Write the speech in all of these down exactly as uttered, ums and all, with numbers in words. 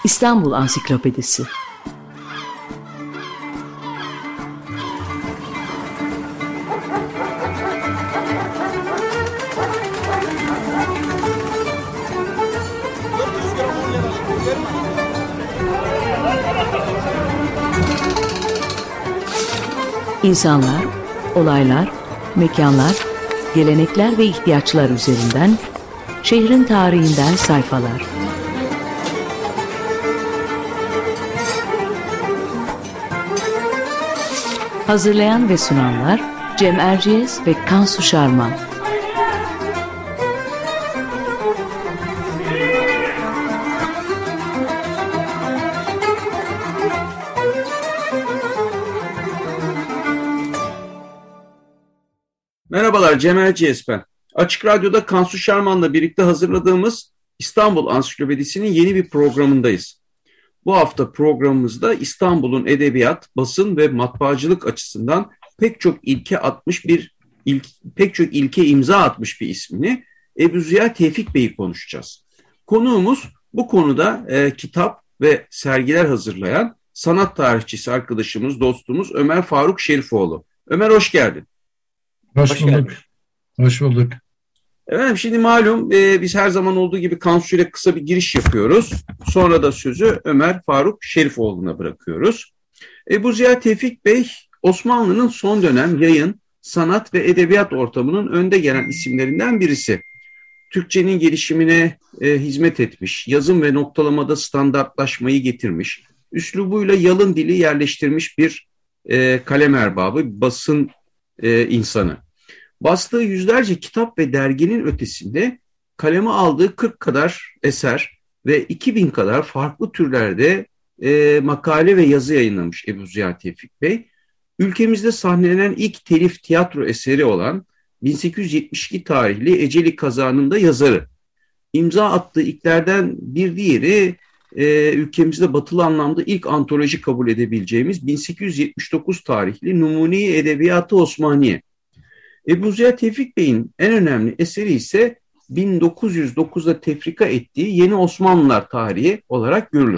İstanbul Ansiklopedisi. İnsanlar, olaylar, mekanlar, gelenekler ve ihtiyaçlar üzerinden şehrin tarihinden sayfalar. Hazırlayan ve sunanlar Cem Erciyes ve Kansu Şarman. Merhabalar, Cem Erciyes ben. Açık Radyo'da Kansu Şarman'la birlikte hazırladığımız İstanbul Ansiklopedisi'nin yeni bir programındayız. Bu hafta programımızda İstanbul'un edebiyat, basın ve matbaacılık açısından pek çok ilke atmış bir ilk, pek çok ilke imza atmış bir ismini Ebu Ziya Tevfik Bey'i konuşacağız. Konuğumuz bu konuda e, kitap ve sergiler hazırlayan sanat tarihçisi arkadaşımız, dostumuz Ömer Faruk Şerifoğlu. Ömer, hoş geldin. Hoş, hoş bulduk. Geldin. Hoş bulduk. Efendim, şimdi malum e, biz her zaman olduğu gibi Kansu ile kısa bir giriş yapıyoruz. Sonra da sözü Ömer Faruk Şerifoğlu'na bırakıyoruz. Ebu Ziya Tevfik Bey, Osmanlı'nın son dönem yayın, sanat ve edebiyat ortamının önde gelen isimlerinden birisi. Türkçenin gelişimine e, hizmet etmiş, yazım ve noktalamada standartlaşmayı getirmiş, üslubuyla yalın dili yerleştirmiş bir e, kalem erbabı, basın e, insanı. Bastığı yüzlerce kitap ve derginin ötesinde kaleme aldığı kırk kadar eser ve iki bin kadar farklı türlerde e, makale ve yazı yayınlamış Ebu Ziya Tevfik Bey. Ülkemizde sahnelenen ilk telif tiyatro eseri olan bin sekiz yüz yetmiş iki tarihli Eceli Kaza'nın da yazarı. İmza attığı ilklerden bir diğeri e, ülkemizde batılı anlamda ilk antoloji kabul edebileceğimiz bin sekiz yüz yetmiş dokuz tarihli Numune-i Edebiyat-ı Osmaniye. Ebu Ziya Tevfik Bey'in en önemli eseri ise bin dokuz yüz dokuzda tefrika ettiği Yeni Osmanlılar tarihi olarak görülür.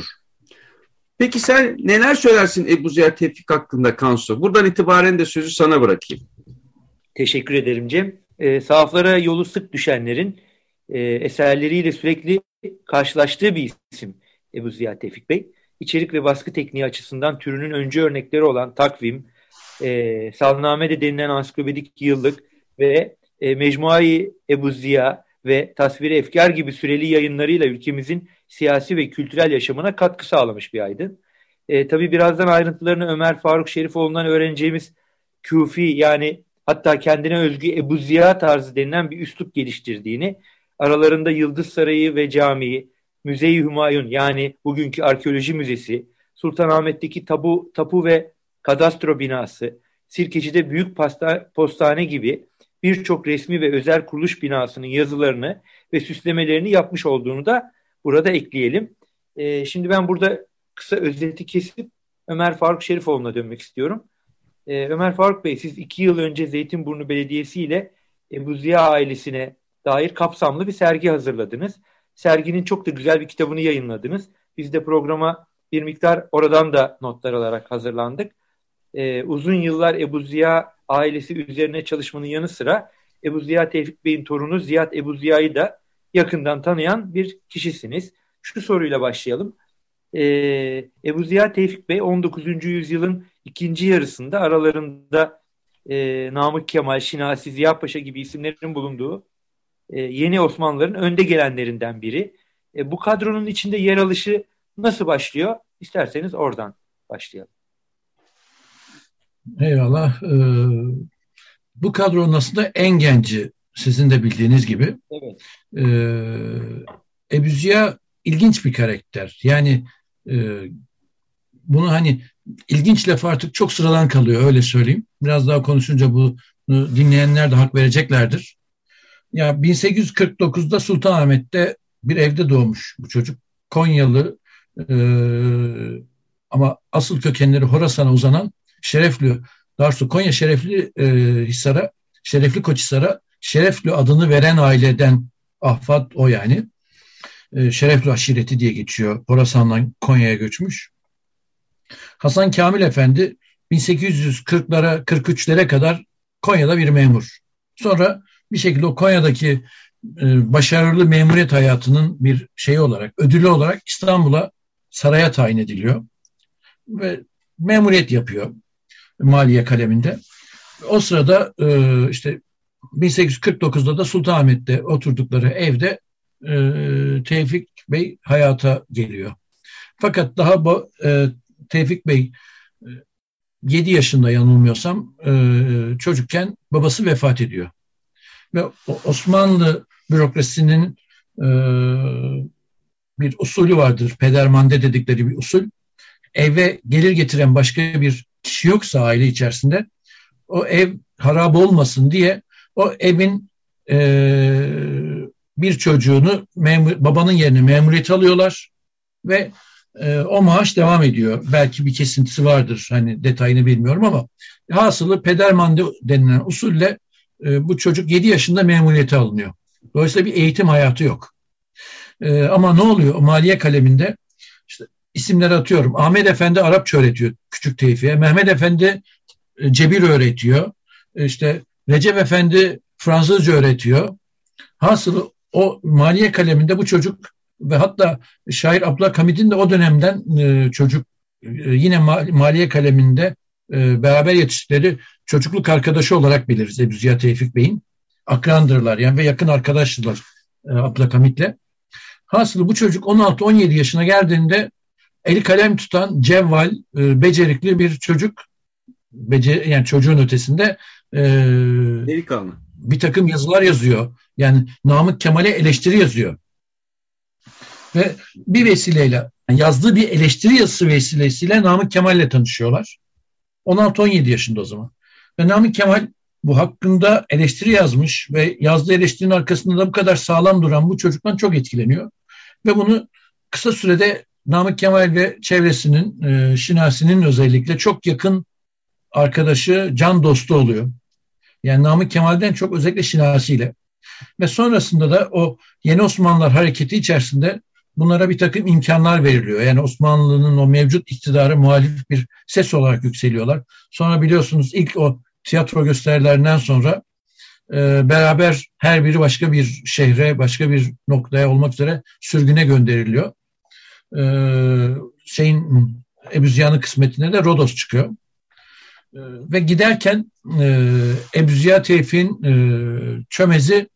Peki sen neler söylersin Ebu Ziya Tevfik hakkında Kansu? Buradan itibaren de sözü sana bırakayım. Teşekkür ederim Cem. E, sahaflara yolu sık düşenlerin e, eserleriyle sürekli karşılaştığı bir isim Ebu Ziya Tevfik Bey. İçerik ve baskı tekniği açısından türünün öncü örnekleri olan Takvim, E, Salname denilen ansiklopedik yıllık ve e, Mecmua-i Ebu Ziya ve Tasvir-i Efkar gibi süreli yayınlarıyla ülkemizin siyasi ve kültürel yaşamına katkı sağlamış bir aydın. E, tabii birazdan ayrıntılarını Ömer Faruk Şerifoğlu'ndan öğreneceğimiz Küfi, yani hatta kendine özgü Ebu Ziya tarzı denilen bir üslup geliştirdiğini, aralarında Yıldız Sarayı ve Camii, Müze-i Hümayun yani bugünkü Arkeoloji Müzesi, Sultanahmet'teki tabu, tapu ve kadastro binası, Sirkeci'de Büyük Pasta, Postane gibi birçok resmi ve özel kuruluş binasının yazılarını ve süslemelerini yapmış olduğunu da burada ekleyelim. Ee, şimdi ben burada kısa özeti kesip Ömer Faruk Şerifoğlu'na dönmek istiyorum. Ee, Ömer Faruk Bey, siz iki yıl önce Zeytinburnu Belediyesi ile Ebu Ziya ailesine dair kapsamlı bir sergi hazırladınız. Serginin çok da güzel bir kitabını yayınladınız. Biz de programa bir miktar oradan da notlar alarak hazırlandık. Ee, uzun yıllar Ebu Ziya ailesi üzerine çalışmanın yanı sıra Ebu Ziya Tevfik Bey'in torunu Ziyad Ebu Ziya'yı da yakından tanıyan bir kişisiniz. Şu soruyla başlayalım. Ee, Ebu Ziya Tevfik Bey on dokuzuncu yüzyılın ikinci yarısında aralarında e, Namık Kemal, Şinasi, Ziya Paşa gibi isimlerin bulunduğu e, yeni Osmanlıların önde gelenlerinden biri. E, bu kadronun içinde yer alışı nasıl başlıyor? İsterseniz oradan başlayalım. Eyvallah. Ee, bu kadronun aslında en genci, sizin de bildiğiniz gibi. Evet. Ee, Ebu Ziya ilginç bir karakter. Yani e, bunu hani ilginç laf artık çok sıradan kalıyor, öyle söyleyeyim. Biraz daha konuşunca bunu dinleyenler de hak vereceklerdir. Ya bin sekiz yüz kırk dokuzda Sultanahmet'te bir evde doğmuş bu çocuk. Konyalı e, ama asıl kökenleri Horasan'a uzanan Şerefli, Darsu Konya Şerefli e, Hisar'a, Şerefli Koçhisar'a Şerefli adını veren aileden ahfat o yani. e, Şerefli aşireti diye geçiyor. Horasan'dan Konya'ya göçmüş. Hasan Kamil Efendi bin sekiz yüz kırklara kırk üçlere kadar Konya'da bir memur. Sonra bir şekilde o Konya'daki e, başarılı memuriyet hayatının bir şeyi olarak, ödülü olarak İstanbul'a saraya tayin ediliyor. Ve memuriyet yapıyor maliye kaleminde. O sırada e, işte bin sekiz yüz kırk dokuzda da Sultanahmet'te oturdukları evde e, Tevfik Bey hayata geliyor. Fakat daha bu, e, Tevfik Bey e, yedi yaşında yanılmıyorsam e, çocukken babası vefat ediyor. Ve Osmanlı bürokrasisinin e, bir usulü vardır. Pedermande dedikleri bir usul. Eve gelir getiren başka bir kişi yoksa aile içerisinde o ev harap olmasın diye o evin e, bir çocuğunu memur, babanın yerine memuriyet alıyorlar ve e, o maaş devam ediyor. Belki bir kesintisi vardır, hani detayını bilmiyorum ama hasılı pedermande denilen usulle e, bu çocuk yedi yaşında memuriyete alınıyor. Dolayısıyla bir eğitim hayatı yok. E, ama ne oluyor? O maliye kaleminde işte isimleri atıyorum. Ahmet Efendi Arapça öğretiyor küçük Tevfik'e. Mehmet Efendi e, cebir öğretiyor. E, işte Recep Efendi Fransızca öğretiyor. Hasılı o maliye kaleminde bu çocuk ve hatta şair Abdülhamid'in de o dönemden e, çocuk e, yine maliye kaleminde e, beraber yetiştikleri çocukluk arkadaşı olarak biliriz Ebu Ziya Tevfik Bey'in. Akrandırlar yani ve yakın arkadaştılar e, Abdülhamid'le. Hasılı bu çocuk on altı on yedi yaşına geldiğinde eli kalem tutan cevval, e, becerikli bir çocuk, becer, yani çocuğun ötesinde e, delikanlı. Bir takım yazılar yazıyor. Yani Namık Kemal'e eleştiri yazıyor. Ve bir vesileyle, yazdığı bir eleştiri yazısı vesilesiyle Namık Kemal'le tanışıyorlar. on altı on yedi yaşında o zaman. Ve Namık Kemal bu hakkında eleştiri yazmış ve yazdığı eleştirinin arkasında da bu kadar sağlam duran bu çocuktan çok etkileniyor. Ve bunu kısa sürede Namık Kemal ve çevresinin, e, Şinasi'nin özellikle çok yakın arkadaşı, can dostu oluyor. Yani Namık Kemal'den çok özellikle Şinasi'yle. Ve sonrasında da o Yeni Osmanlılar hareketi içerisinde bunlara bir takım imkanlar veriliyor. Yani Osmanlı'nın o mevcut iktidarı muhalif bir ses olarak yükseliyorlar. Sonra biliyorsunuz ilk o tiyatro gösterilerinden sonra e, beraber her biri başka bir şehre, başka bir noktaya olmak üzere sürgüne gönderiliyor. E, şeyin Ebu Ziya'nın kısmetine de Rodos çıkıyor. E, ve giderken e, Ebu Ziya Tevfik'in e, çömezi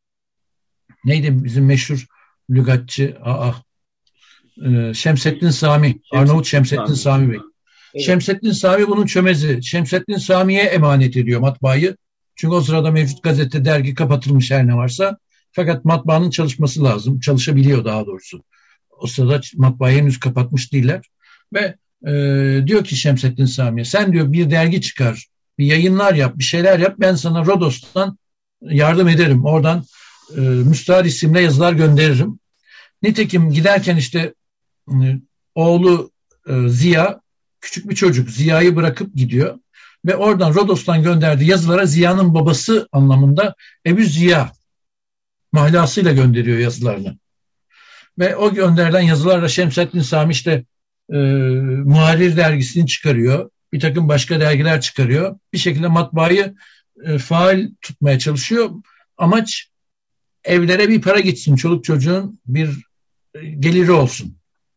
neydi bizim meşhur lügatçı aa, e, Şemsettin Sami, Şemsettin Arnavut Şemsettin Sami, Sami Bey. Evet. Şemsettin Sami bunun çömezi. Şemsettin Sami'ye emanet ediyor matbaayı. Çünkü o sırada mevcut gazete, dergi kapatılmış her ne varsa. Fakat matbaanın çalışması lazım. Çalışabiliyor daha doğrusu. O sırada matbaayı henüz kapatmış değiller. Ve e, diyor ki Şemsettin Sami'ye, sen diyor bir dergi çıkar, bir yayınlar yap, bir şeyler yap. Ben sana Rodos'tan yardım ederim. Oradan e, Müstahar isimle yazılar gönderirim. Nitekim giderken işte e, oğlu e, Ziya, küçük bir çocuk, Ziya'yı bırakıp gidiyor. Ve oradan Rodos'tan gönderdiği yazılara Ziya'nın babası anlamında Ebu Ziya mahlasıyla gönderiyor yazılarını. Ve o gönderilen yazılarla Şemsettin Sami işte e, Muharrir dergisini çıkarıyor. Bir takım başka dergiler çıkarıyor. Bir şekilde matbaayı e, faal tutmaya çalışıyor. Amaç evlere bir para gitsin, çoluk çocuğun bir e, geliri olsun.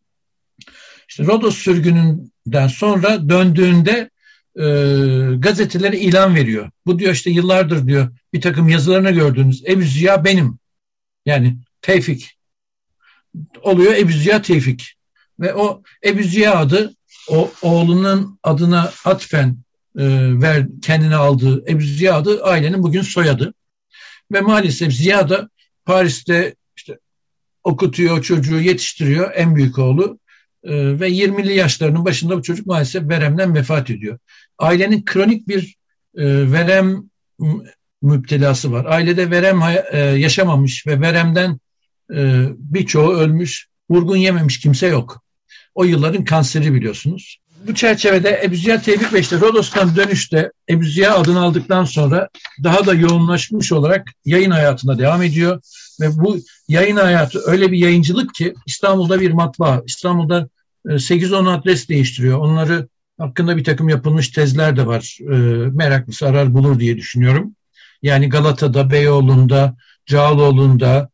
İşte Rodos sürgününden sonra döndüğünde e, gazetelere ilan veriyor. Bu diyor işte yıllardır diyor bir takım yazılarını gördüğünüz Ebu Ziya benim. Yani Tevfik oluyor, Ebu Ziya Tevfik. Ve o Ebu Ziya adı o oğlunun adına atfen e, ver, kendine aldığı Ebu Ziya adı ailenin bugün soyadı. Ve maalesef Ziya da Paris'te işte okutuyor, çocuğu yetiştiriyor, en büyük oğlu. Ee, ve yirmili yaşlarının başında bu çocuk maalesef veremden vefat ediyor. Ailenin kronik bir e, verem müptelası var. Ailede verem e, yaşamamış ve veremden e, birçoğu ölmüş, vurgun yememiş kimse yok. O yılların kanseri biliyorsunuz. bu çerçevede Ebu Ziya Tevfik Bey işte Rodos'tan dönüşte Ebu Ziya adını aldıktan sonra daha da yoğunlaşmış olarak yayın hayatına devam ediyor. Ve bu yayın hayatı öyle bir yayıncılık ki İstanbul'da bir matbaa, İstanbul'da sekiz on adres değiştiriyor. Onları hakkında bir takım yapılmış tezler de var. Meraklısı arar bulur diye düşünüyorum. Yani Galata'da, Beyoğlu'nda, Cağaloğlu'nda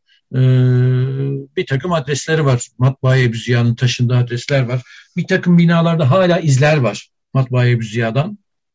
bir takım adresleri var. Matbaa-i Ebu Ziya'nın taşındığı adresler var. Bir takım binalarda hala izler var Matbaa-i Ebu Ziya'dan.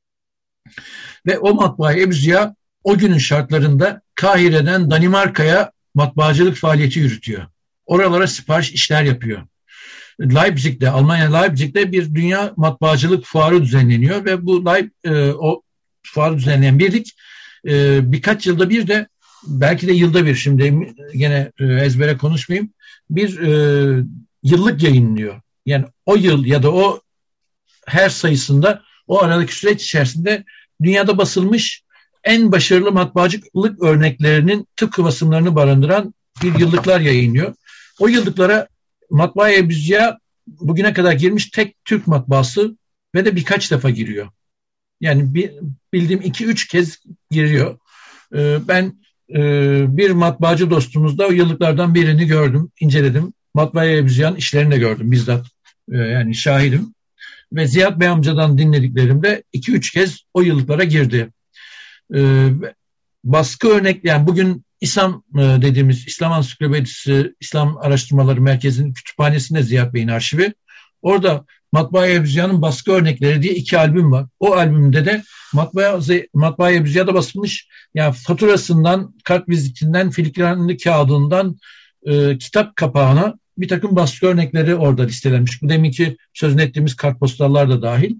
Ve o Matbaa-i Ebu Ziya o günün şartlarında Kahire'den Danimarka'ya matbaacılık faaliyeti yürütüyor. Oralara sipariş işler yapıyor. Leipzig'te, Almanya Leipzig'te bir dünya matbaacılık fuarı düzenleniyor ve bu Leip, e, o fuarı düzenleyen birlik e, birkaç yılda bir de belki de yılda bir, şimdi yine e, ezbere konuşmayayım, bir e, yıllık yayınlıyor. Yani o yıl ya da o her sayısında o aradaki süreç içerisinde dünyada basılmış en başarılı matbaacılık örneklerinin tıpkı basımlarını barındıran bir yıllıklar yayınlıyor. O yıllıklara Matbaa-i Ebu Ziya bugüne kadar girmiş tek Türk matbaası ve de birkaç defa giriyor. Yani bir, bildiğim iki üç kez giriyor. Ee, ben e, bir matbaacı dostumuzda o yıllıklardan birini gördüm, inceledim. Matbaa-i Ebu Ziya'nın işlerini de gördüm bizzat. Ee, yani şahidim. Ve Ziya Bey amcadan dinlediklerimde iki üç kez o yıllıklara girdi. Ee, baskı örnek, yani bugün İslam dediğimiz İslam Ansiklopedisi, İslam Araştırmaları Merkezi'nin kütüphanesinde Ziya Bey'in arşivi. Orada Matbaa-i Ebu Ziya'nın baskı örnekleri diye iki albüm var. O albümde de Matbaa-i Matbaa Ebu Ziya'da basılmış, yani faturasından, kartvizitinden, filigranlı kağıdından e, kitap kapağına bir takım baskı örnekleri orada listelenmiş. Bu deminki sözünü ettiğimiz kartpostallar da dahil.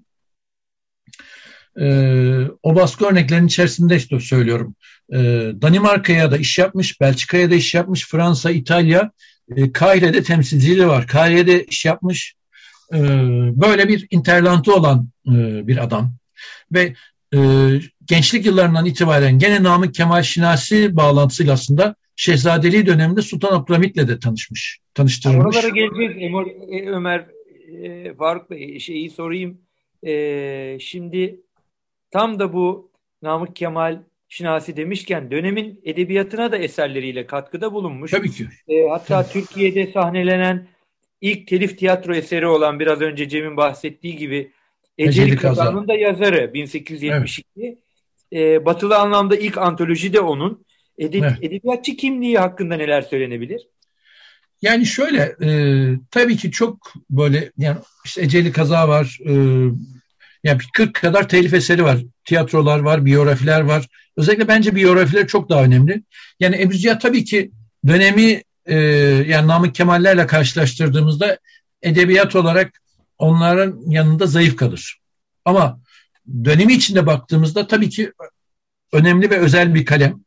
Ee, o baskı örneklerinin içerisinde işte söylüyorum. Ee, Danimarka'ya da iş yapmış, Belçika'ya da iş yapmış, Fransa, İtalya, e, Kahire'de temsilciliği var. Kahire'de iş yapmış. Ee, böyle bir interlantı olan e, bir adam. Ve e, gençlik yıllarından itibaren gene Namık Kemal Şinasi bağlantısıyla aslında Şehzadeliği döneminde Sultan Abdülhamit'le de tanışmış, tanıştırılmış. Oralara geleceğiz Ömer, e, Faruk Bey, şeyi sorayım. E, şimdi tam da bu Namık Kemal Şinasi demişken dönemin edebiyatına da eserleriyle katkıda bulunmuş. Tabii ki. E, hatta Tabii. Türkiye'de sahnelenen ilk telif tiyatro eseri olan, biraz önce Cem'in bahsettiği gibi, Eceli Kazan'ın da yazarı bin sekiz yüz yetmiş iki. Evet. E, batılı anlamda ilk antoloji de onun. Edeb- evet. Edebiyatçı kimliği hakkında neler söylenebilir? Yani şöyle, e, tabii ki çok böyle, yani işte Eceli Kaza var, e, yani kırk kadar telif eseri var. Tiyatrolar var, biyografiler var. Özellikle bence biyografiler çok daha önemli. Yani Ebu Ziya tabii ki dönemi e, yani Namık Kemal'lerle karşılaştırdığımızda edebiyat olarak onların yanında zayıf kalır. Ama dönemi içinde baktığımızda tabii ki önemli ve özel bir kalem.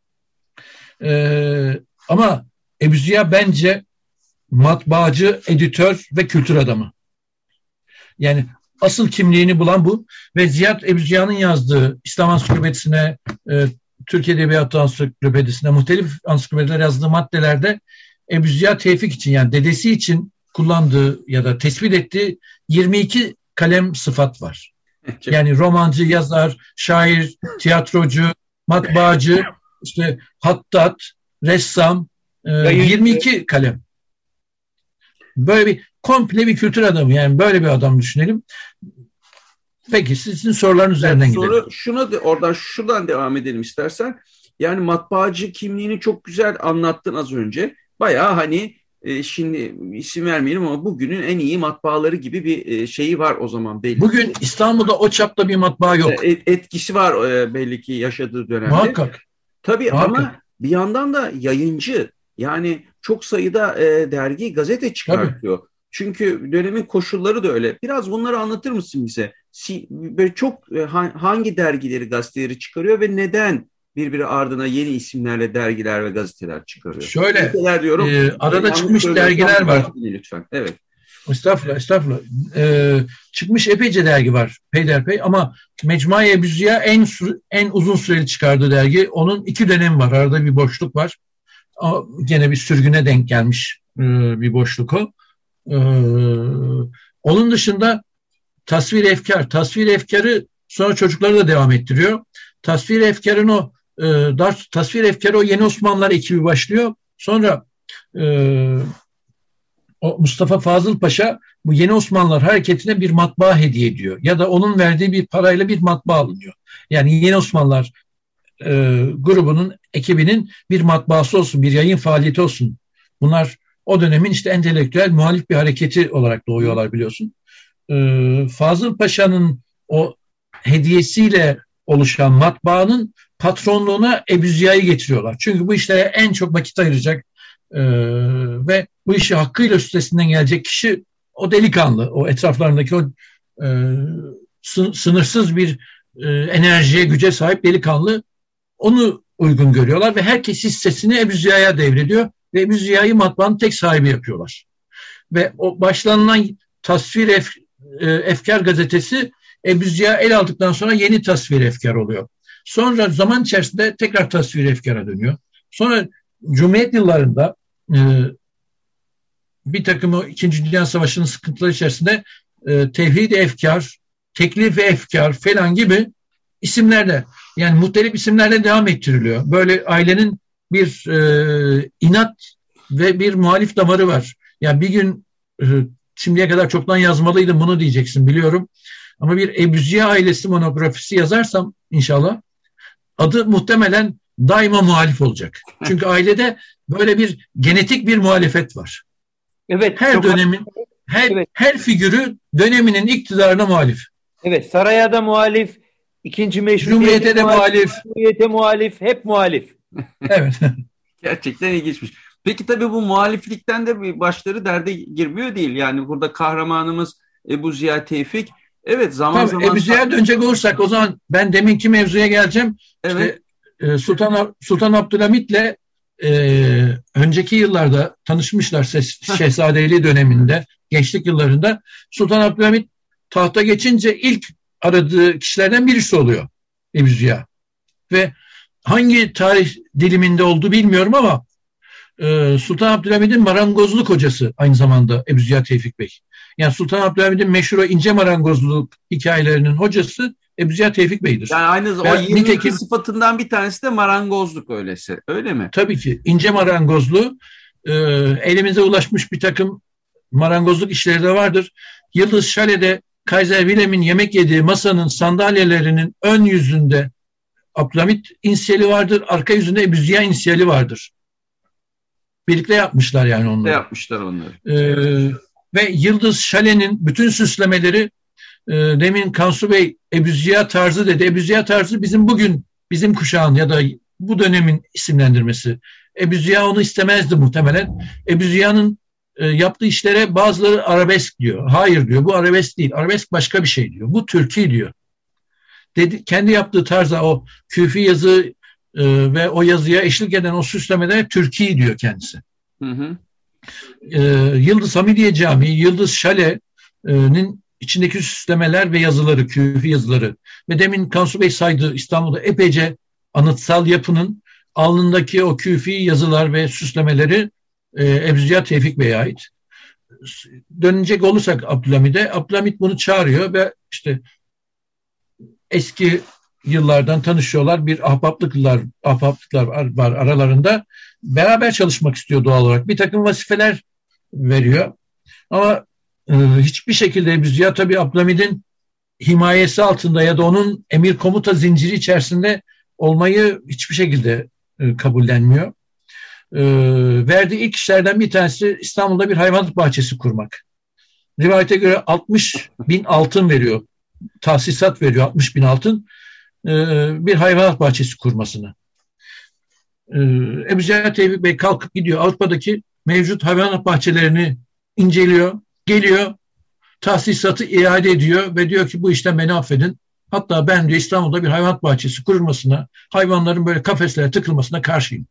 E, ama Ebu Ziya bence matbaacı, editör ve kültür adamı. Yani asıl kimliğini bulan bu ve Ziya Ebu Ziya'nın yazdığı İslam Ansiklopedisi'ne, e, Türk Edebiyatı Ansiklopedisi'ne, muhtelif ansiklopediler yazdığı maddelerde Ebu Ziya Tevfik için, yani dedesi için kullandığı ya da tespit ettiği yirmi iki kalem sıfat var. Yani romancı, yazar, şair, tiyatrocu, matbaacı, işte hattat, ressam, e, yirmi iki kalem. Böyle bir komple bir kültür adamı, yani böyle bir adam düşünelim. Peki sizin soruların üzerinden yani gidelim. Soru şuna de, oradan şuradan devam edelim istersen. Yani matbaacı kimliğini çok güzel anlattın az önce. Bayağı hani e, şimdi isim vermeyelim ama bugünün en iyi matbaaları gibi bir e, şeyi var o zaman belli. Bugün İstanbul'da o çapta bir matbaa yok. E, etkisi var e, belli ki yaşadığı dönemde. Muhakkak. Tabii Muhakkak. Ama bir yandan da yayıncı. Yani çok sayıda e, dergi, gazete çıkartıyor. Tabii. Çünkü dönemin koşulları da öyle. Biraz bunları anlatır mısın bize? Si, böyle çok e, hangi dergileri, gazeteleri çıkarıyor ve neden birbiri ardına yeni isimlerle dergiler ve gazeteler çıkarıyor? Şöyle, diyorum, e, arada çıkmış dergiler var. Lütfen. Evet. Estağfurullah, estağfurullah. E, çıkmış epeyce dergi var peyderpey ama Mecmua-i Ebu Ziya en en uzun süreli çıkardığı dergi. Onun iki dönemi var. Arada bir boşluk var. O, gene bir sürgüne denk gelmiş e, bir boşluk o. Ee, onun dışında tasvir efkar. Tasvir efkarı sonra çocukları da devam ettiriyor. Tasvir efkarın o e, dar, tasvir efkarı o Yeni Osmanlılar ekibi başlıyor. Sonra e, o Mustafa Fazıl Paşa bu Yeni Osmanlılar hareketine bir matbaa hediye ediyor. Ya da onun verdiği bir parayla bir matbaa alınıyor. Yani Yeni Osmanlılar e, grubunun, ekibinin bir matbaası olsun, bir yayın faaliyeti olsun. Bunlar o dönemin işte entelektüel muhalif bir hareketi olarak doğuyorlar biliyorsun. E, Fazıl Paşa'nın o hediyesiyle oluşan matbaanın patronluğuna Ebu Ziya'yı getiriyorlar. Çünkü bu işlere en çok vakit ayıracak e, ve bu işi hakkıyla üstesinden gelecek kişi o delikanlı, o etraflarındaki o e, sınırsız bir e, enerjiye, güce sahip delikanlı. Onu uygun görüyorlar ve herkes hissesini Ebu Ziya'ya devrediyor ve Ebu Ziya'yı matbaanın tek sahibi yapıyorlar. Ve o başlanılan Tasvir Ef, e, Efkar gazetesi Ebu Ziya el aldıktan sonra yeni Tasvir Efkar oluyor. Sonra zaman içerisinde tekrar Tasvir Efkar'a dönüyor. Sonra Cumhuriyet yıllarında e, bir takım o İkinci Dünya Savaşı'nın sıkıntıları içerisinde e, Tevhid-i Efkar, Teklif-i Efkar falan gibi isimlerle, yani muhtelif isimlerle devam ettiriliyor. Böyle ailenin bir e, inat ve bir muhalif damarı var. Yani bir gün e, şimdiye kadar çoktan yazmalıydım bunu diyeceksin biliyorum. Ama bir Ebu Ziya ailesi monografisi yazarsam inşallah adı muhtemelen daima muhalif olacak. Çünkü ailede böyle bir genetik bir muhalefet var. Evet. Her çok dönemin her evet. her figürü döneminin iktidarına muhalif. Evet, saraya da muhalif, ikinci meşrutiyete Cumhuriyete de muhalif, muhalif. Cumhuriyete muhalif, hep muhalif. Evet. Gerçekten ilginçmiş. Peki tabii bu muhaliflikten de bir başları derde girmiyor değil. Yani burada kahramanımız Ebu Ziya Tevfik. Evet, zaman Tabii, zaman... Ebu Ziya'ya dönecek olursak o zaman ben deminki mevzuya geleceğim. Evet. İşte, Sultan, Sultan Abdülhamit'le e, önceki yıllarda tanışmışlar Şehzadeliği döneminde, gençlik yıllarında. Sultan Abdülhamit tahta geçince ilk aradığı kişilerden birisi oluyor Ebu Ziya. Ve hangi tarih diliminde olduğu bilmiyorum ama e, Sultan Abdülhamid'in marangozluk hocası aynı zamanda Ebu Ziya Tevfik Bey. Yani Sultan Abdülhamid'in meşhur o ince marangozluk hikayelerinin hocası Ebu Ziya Tevfik Bey'dir. Yani aynı ben, o yirmi iki nitekim, sıfatından bir tanesi de marangozluk öylesi. Öyle mi? Tabii ki ince marangozluğu e, elimize ulaşmış bir takım marangozluk işleri de vardır. Yıldız Şale'de Kaiser Wilhelm'in yemek yediği masanın sandalyelerinin ön yüzünde Abdülhamit inisiyali vardır. Arka yüzünde Ebu Ziya inisiyali vardır. Birlikte yapmışlar yani onları. Birlikte yapmışlar onları. Ee, ve Yıldız Şale'nin bütün süslemeleri e, demin Kansu Bey Ebu Ziya tarzı dedi. Ebu Ziya tarzı bizim bugün bizim kuşağın ya da bu dönemin isimlendirmesi. Ebu Ziya onu istemezdi muhtemelen. Ebu Ziya'nın e, yaptığı işlere bazıları arabesk diyor. Hayır diyor, bu arabesk değil. Arabesk başka bir şey diyor. Bu Türkî diyor. Dedi, kendi yaptığı tarza o küfi yazı e, ve o yazıya eşlik eden o süslemelere Türkî diyor kendisi. Hı hı. E, Yıldız Hamidiye Camii, Yıldız Şale'nin içindeki süslemeler ve yazıları, küfi yazıları ve demin Kansu Bey saydı İstanbul'da epeyce anıtsal yapının alnındaki o küfi yazılar ve süslemeleri e, Ebu Ziya Tevfik Bey'e ait. Dönecek olursak Abdülhamid'e, Abdülhamid bunu çağırıyor ve işte eski yıllardan tanışıyorlar. Bir ahbaplıklar, ahbaplıklar var, var aralarında. Beraber çalışmak istiyor doğal olarak. Bir takım vazifeler veriyor. Ama e, hiçbir şekilde Ebu Ziya tabii Abdülhamid'in himayesi altında ya da onun emir komuta zinciri içerisinde olmayı hiçbir şekilde e, kabullenmiyor. E, verdiği ilk işlerden bir tanesi İstanbul'da bir hayvanat bahçesi kurmak. Rivayete göre altmış bin altın veriyor. Tahsisat veriyor altmış bin altın. E, bir hayvanat bahçesi kurmasını. E, Ebu Ziya Tevfik Bey kalkıp gidiyor. Avrupa'daki mevcut hayvanat bahçelerini inceliyor. Geliyor. Tahsisatı iade ediyor ve diyor ki bu işten beni affedin. Hatta ben diyor İstanbul'da bir hayvanat bahçesi kurulmasına, hayvanların böyle kafeslere tıkılmasına karşıyım.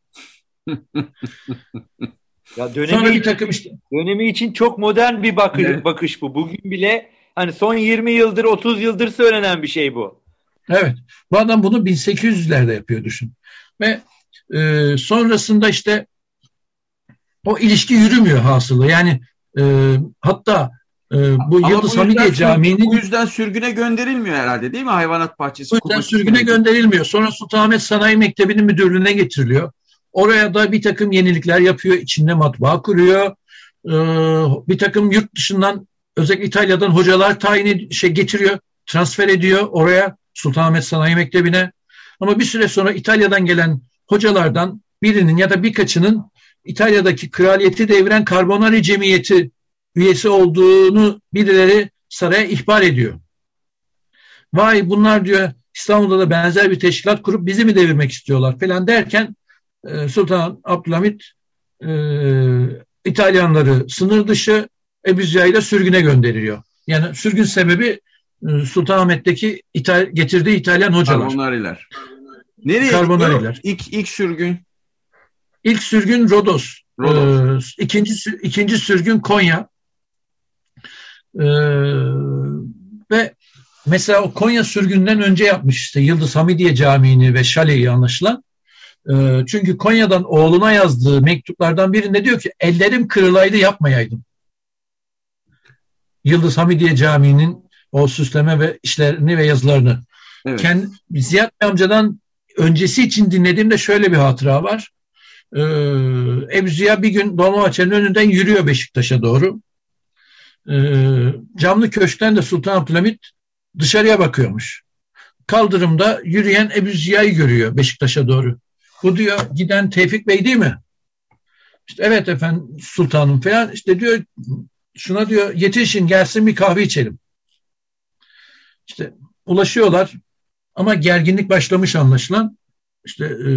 Ya dönemi, Sonra bir takım işte, dönemi için çok modern bir bakış, evet. bakış bu. Bugün bile hani son yirmi yıldır, otuz yıldır söylenen bir şey bu. Evet. Bu adam bunu bin sekiz yüzlerde yapıyor düşün. Ve e, sonrasında işte o ilişki yürümüyor hasılı. Yani e, hatta e, bu Ama Yıldız bu Hamidiye yüzden, Camii'nin bu yüzden sürgüne gönderilmiyor herhalde, değil mi? Hayvanat bahçesi. bu yüzden sürgüne gönderilmiyor. Sonra Sultanahmet Sanayi Mektebi'nin müdürlüğüne getiriliyor. Oraya da bir takım yenilikler yapıyor. İçinde matbaa kuruyor. Ee, bir takım yurt dışından, özellikle İtalya'dan hocalar tayin şey getiriyor, transfer ediyor oraya, Sultanahmet Sanayi Mektebi'ne. Ama bir süre sonra İtalya'dan gelen hocalardan birinin ya da birkaçının İtalya'daki kraliyeti deviren Carbonari Cemiyeti üyesi olduğunu birileri saraya ihbar ediyor. Vay bunlar diyor İstanbul'da da benzer bir teşkilat kurup bizi mi devirmek istiyorlar falan derken Sultan Abdülhamit e, İtalyanları sınır dışı, Ebu Ziya'yı sürgüne gönderiliyor. Yani sürgün sebebi Sultanahmet'teki İtal- getirdiği İtalyan hocalar. Karbonariler. Nereye Karbonariler. gidiyor? İlk, ilk sürgün. İlk sürgün Rodos. Rodos. Ee, ikinci, ikinci sürgün Konya. Ee, ve mesela o Konya sürgünden önce yapmış işte Yıldız Hamidiye Camii'ni ve şaleyi anlaşılan. Ee, çünkü Konya'dan oğluna yazdığı mektuplardan birinde diyor ki ellerim kırılaydı yapmayaydım. Yıldız Hamidiye Camii'nin o süsleme ve işlerini ve yazılarını. Evet. Kendi, Ziya amcadan öncesi için dinlediğimde şöyle bir hatıra var. Ee, Ebu Ziya bir gün Dolmabahçe'nin önünden yürüyor Beşiktaş'a doğru. Ee, camlı köşkten de Sultan Abdülhamit dışarıya bakıyormuş. Kaldırımda yürüyen Ebu Ziya'yı görüyor Beşiktaş'a doğru. Bu diyor giden Tevfik Bey değil mi? İşte evet efendim sultanım falan. İşte diyor şuna diyor yetişin gelsin bir kahve içelim. İşte ulaşıyorlar ama gerginlik başlamış anlaşılan. İşte e,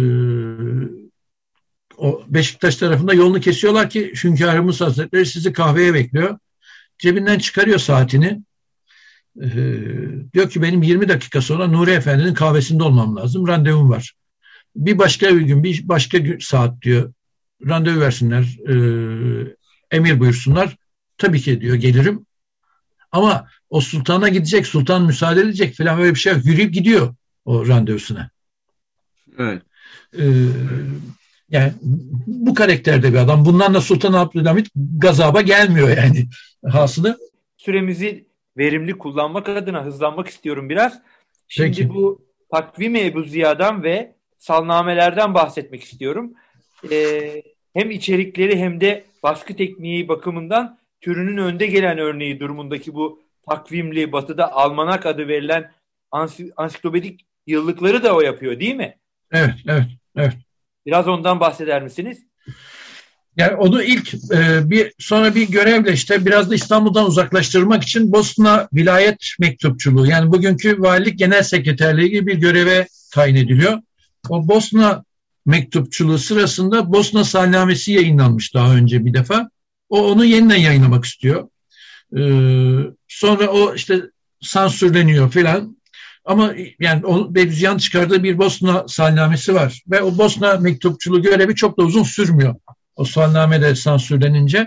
o Beşiktaş tarafında yolunu kesiyorlar ki Hünkârımız Hazretleri sizi kahveye bekliyor. Cebinden çıkarıyor saatini. E, diyor ki benim yirmi dakika sonra Nuri Efendi'nin kahvesinde olmam lazım. Randevum var. Bir başka bir gün, bir başka gün, saat diyor. Randevu versinler, e, emir buyursunlar. Tabii ki diyor gelirim. Ama o sultana gidecek, sultan müsaade edecek falan böyle bir şey yok. Yürüyüp gidiyor o randevusuna. Evet. E, yani bu karakterde bir adam. Bundan da Sultan Abdülhamit gazaba gelmiyor yani hasılı. Süremizi verimli kullanmak adına hızlanmak istiyorum biraz. Şimdi Peki. Bu Takvim-i Ebu Ziya'dan ve salnamelerden bahsetmek istiyorum. Ee, hem içerikleri hem de baskı tekniği bakımından türünün önde gelen örneği durumundaki bu takvimli, batıda almanak adı verilen ansiklopedik yıllıkları da o yapıyor değil mi? Evet, evet, evet. Biraz ondan bahseder misiniz? Yani onu ilk e, bir sonra bir görevle işte biraz da İstanbul'dan uzaklaştırmak için Bosna Vilayet Mektupçuluğu yani bugünkü Valilik Genel Sekreterliği gibi bir göreve tayin ediliyor. O Bosna mektupçuluğu sırasında Bosna salnamesi yayınlanmış daha önce bir defa. O onu yeniden yayınlamak istiyor. Ee, sonra o işte sansürleniyor filan. Ama yani o Ebu Ziya'nın çıkardığı bir Bosna salnamesi var. Ve o Bosna mektupçuluğu görevi çok da uzun sürmüyor. O salname de sansürlenince.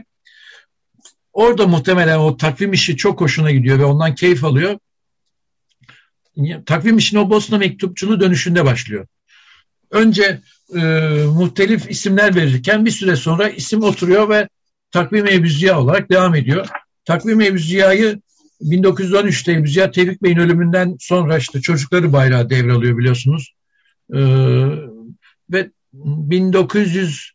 Orada muhtemelen o takvim işi çok hoşuna gidiyor ve ondan keyif alıyor. Takvim işine o Bosna mektupçuluğu dönüşünde başlıyor. Önce e, muhtelif isimler verirken bir süre sonra isim oturuyor ve Takvim-i Ebu Ziya olarak devam ediyor. Takvim-i Ebu Ziya'yı bin dokuz yüz on üçte Ebu Ziya Tevfik Bey'in ölümünden sonra işte çocukları bayrağı devralıyor biliyorsunuz. E, ve bin dokuz yüz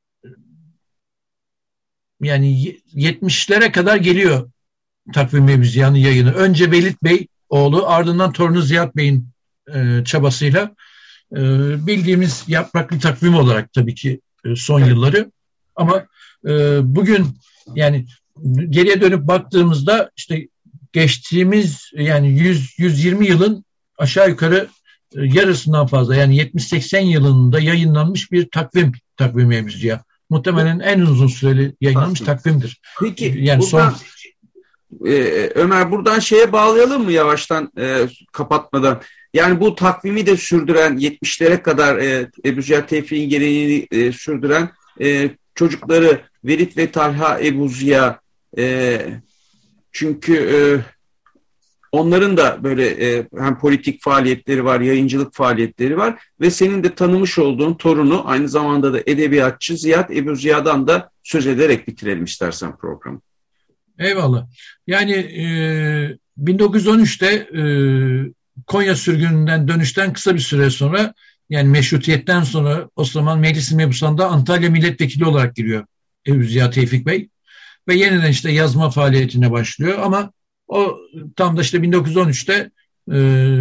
yani yetmişlere kadar geliyor Takvim-i Ebu Ziya'nın yayını. Önce Velid Bey oğlu ardından torunu Ziyad Bey'in e, çabasıyla e, bildiğimiz yapraklı takvim olarak tabii ki e, son yılları ama e, bugün yani geriye dönüp baktığımızda işte geçtiğimiz yani yüz yüz yirmi yılın aşağı yukarı e, yarısından fazla yani yetmiş seksen yılında yayınlanmış bir takvim Takvim-i Ebu Ziya. Muhtemelen en uzun süreli yayınlanmış Aslında. takvimdir. Peki yani buradan, son... e, Ömer buradan şeye bağlayalım mı yavaştan e, kapatmadan? Yani bu takvimi de sürdüren yetmişlere kadar e, Ebu Ziya Tevfik'in geleneğini e, sürdüren e, çocukları Velid ve Talha Ebu Ziya e, çünkü e, onların da böyle e, hem politik faaliyetleri var, yayıncılık faaliyetleri var ve senin de tanımış olduğun torunu aynı zamanda da edebiyatçı Ziyad Ebu Ziya'dan da söz ederek bitirelim istersen programı. Eyvallah. Yani e, bin dokuz yüz on üçte e, Konya sürgününden dönüşten kısa bir süre sonra, yani meşrutiyetten sonra o zaman Meclis-i Mebusan'da Antalya Milletvekili olarak giriyor Ebu Ziya Tevfik Bey. Ve yeniden işte yazma faaliyetine başlıyor ama o tam da işte bin dokuz yüz on üçte e,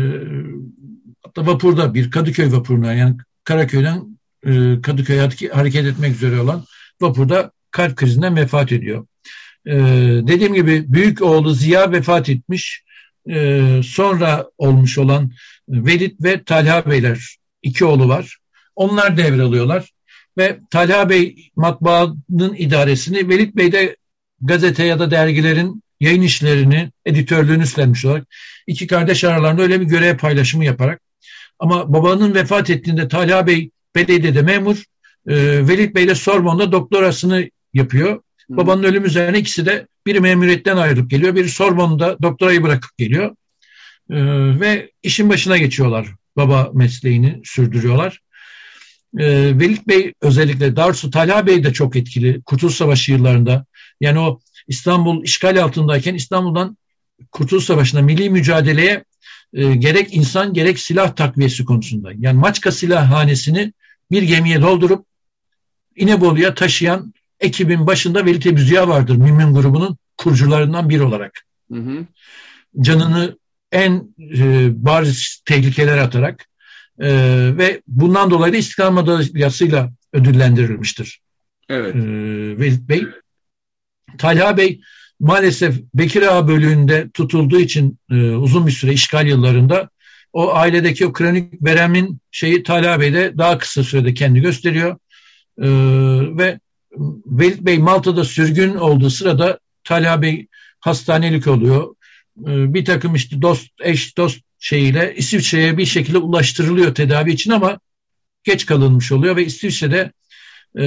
hatta vapurda, bir Kadıköy vapuruna, yani Karaköy'den e, Kadıköy'e hareket etmek üzere olan vapurda kalp krizinden vefat ediyor. E, dediğim gibi büyük oğlu Ziya vefat etmiş. E, sonra olmuş olan Velit ve Talha Beyler, iki oğlu var. Onlar devralıyorlar ve Talha Bey matbaanın idaresini, Velit Bey de gazete ya da dergilerin yayın işlerini, editörlüğünü üstlenmiş olarak iki kardeş aralarında öyle bir görev paylaşımı yaparak, ama babanın vefat ettiğinde Talha Bey belediyede memur, e, Velit Bey de Sorbonne'da doktorasını yapıyor. Hı. Babanın ölümü üzerine ikisi de biri memuriyetten ayrılıp geliyor, biri Sorbonne'da doktorayı bırakıp geliyor e, ve işin başına geçiyorlar. Baba mesleğini sürdürüyorlar. E, Velit Bey özellikle, daha doğrusu Talha Bey de çok etkili Kurtuluş Savaşı yıllarında. Yani o İstanbul işgal altındayken İstanbul'dan Kurtuluş Savaşı'na, milli mücadeleye e, gerek insan gerek silah takviyesi konusunda. Yani Maçka silahhanesini bir gemiye doldurup İnebolu'ya taşıyan ekibin başında Velit Ebu Ziya vardır. Mümin grubunun kurucularından biri olarak. Hı hı. Canını en e, bariz tehlikeler atarak e, ve bundan dolayı da İstiklal Madalyası'yla ödüllendirilmiştir. Evet. E, Velit Bey. Talha Bey maalesef Bekir Ağa bölüğünde tutulduğu için e, uzun bir süre işgal yıllarında o ailedeki o kronik veremin şeyi Talha Bey'de daha kısa sürede kendi gösteriyor. E, ve Velit Bey Malta'da sürgün olduğu sırada Talha Bey hastanelik oluyor. E, bir takım işte dost, eş dost şeyiyle İsviçre'ye bir şekilde ulaştırılıyor tedavi için ama geç kalınmış oluyor ve İsviçre'de e,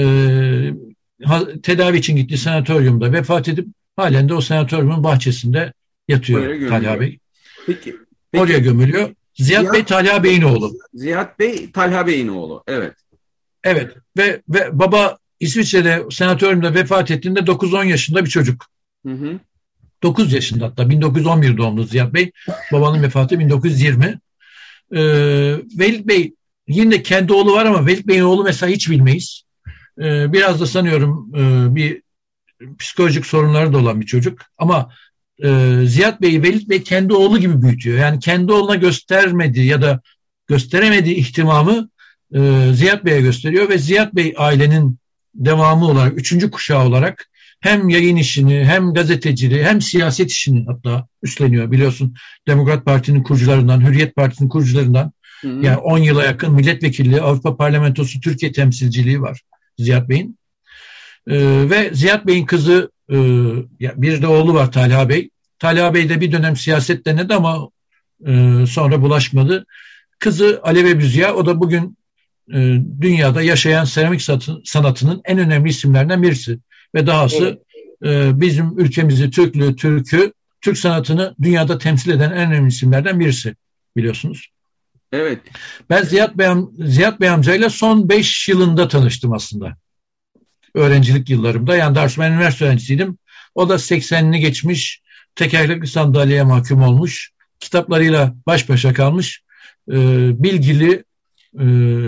tedavi için gittiği sanatoryumda vefat edip halen de o sanatoryumun bahçesinde yatıyor Talha Bey. Peki, peki. Oraya gömülüyor. Ziyad, Ziyad Bey Talha Bey'in oğlu. Ziyad Bey Talha Bey'in oğlu. Evet. Evet ve ve baba İsviçre'de sanatoryumda vefat ettiğinde dokuz on yaşında bir çocuk. Hı hı. dokuz yaşında, hatta bin dokuz yüz on bir doğumlu Ziyad Bey. Babanın vefatı bin dokuz yüz yirmi. Ee, Velit Bey yine kendi oğlu var ama Velit Bey'in oğlu mesela hiç bilmeyiz. Ee, biraz da sanıyorum e, bir psikolojik sorunları da olan bir çocuk. Ama e, Ziyad Bey'i Velit Bey kendi oğlu gibi büyütüyor. Yani kendi oğluna göstermediği ya da gösteremediği ihtimamı e, Ziyad Bey'e gösteriyor ve Ziyad Bey ailenin devamı olarak, üçüncü kuşağı olarak hem yayın işini, hem gazeteciliği, hem siyaset işini hatta üstleniyor. Biliyorsun Demokrat Parti'nin kurucularından, Hürriyet Partisi'nin kurucularından, hı hı. Yani on yıla yakın milletvekilliği, Avrupa Parlamentosu Türkiye temsilciliği var Ziyad Bey'in. Ee, ve Ziyad Bey'in kızı, e, bir de oğlu var Talha Bey. Talha Bey de bir dönem siyaset denedi ama e, sonra bulaşmadı. Kızı Alev Ebu Ziya, o da bugün e, dünyada yaşayan seramik sanatının en önemli isimlerinden birisi. Ve dahası evet. e, bizim ülkemizi, Türklüğü, Türk'ü, Türk sanatını dünyada temsil eden en önemli isimlerden birisi, biliyorsunuz. Evet. Ben Ziyad Bey, Ziyad Bey amcayla son beş yılında tanıştım aslında. Öğrencilik yıllarımda. Yani daha sonra ben üniversite öğrencisiydim. O da seksenini geçmiş, tekerlekli sandalyeye mahkum olmuş, kitaplarıyla baş başa kalmış, e, bilgili e,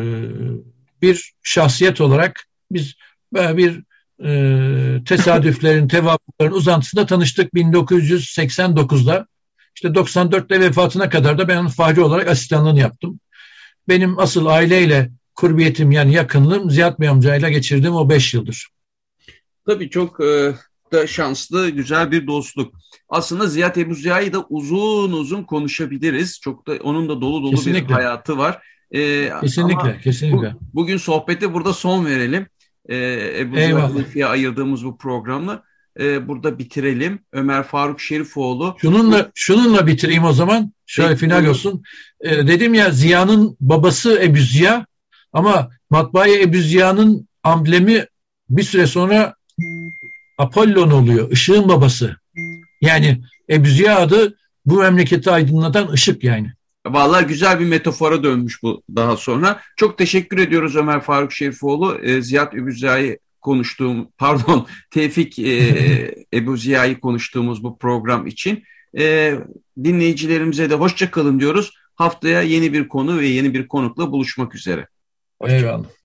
bir şahsiyet olarak biz bir e, tesadüflerin, tevafukların uzantısında tanıştık bin dokuz yüz seksen dokuzda. İşte doksan dörtte vefatına kadar da ben onun fahri olarak asistanlığını yaptım. Benim asıl aileyle kurbiyetim, yani yakınlığım Ziyad Bey amcayla geçirdiğim o beş yıldır. Tabii çok e, da şanslı, güzel bir dostluk. Aslında Ziyad Ebu Ziya'yı da uzun uzun konuşabiliriz. Çok da onun da dolu dolu kesinlikle. Bir hayatı var. E, kesinlikle, kesinlikle. Bu, bugün sohbete burada son verelim. E, Ebu Ziya'ya ayırdığımız bu programla e, burada bitirelim. Ömer Faruk Şerifoğlu. Şununla şununla bitireyim o zaman. Şöyle peki, final olsun. E, dedim ya, Ziya'nın babası Ebu Ziya. Ama matbaaya Ebu Ziya'nın amblemi bir süre sonra Apollon oluyor. Işığın babası. Yani Ebu Ziya adı bu memleketi aydınlatan ışık yani. Vallahi güzel bir metafora dönmüş bu daha sonra. Çok teşekkür ediyoruz Ömer Faruk Şerifoğlu. Ziyad Ebu Ziya'yı konuştuğum, pardon Tevfik e, Ebu Ziya'yı konuştuğumuz bu program için. E, dinleyicilerimize de hoşça kalın diyoruz. Haftaya yeni bir konu ve yeni bir konukla buluşmak üzere. Eyvallah.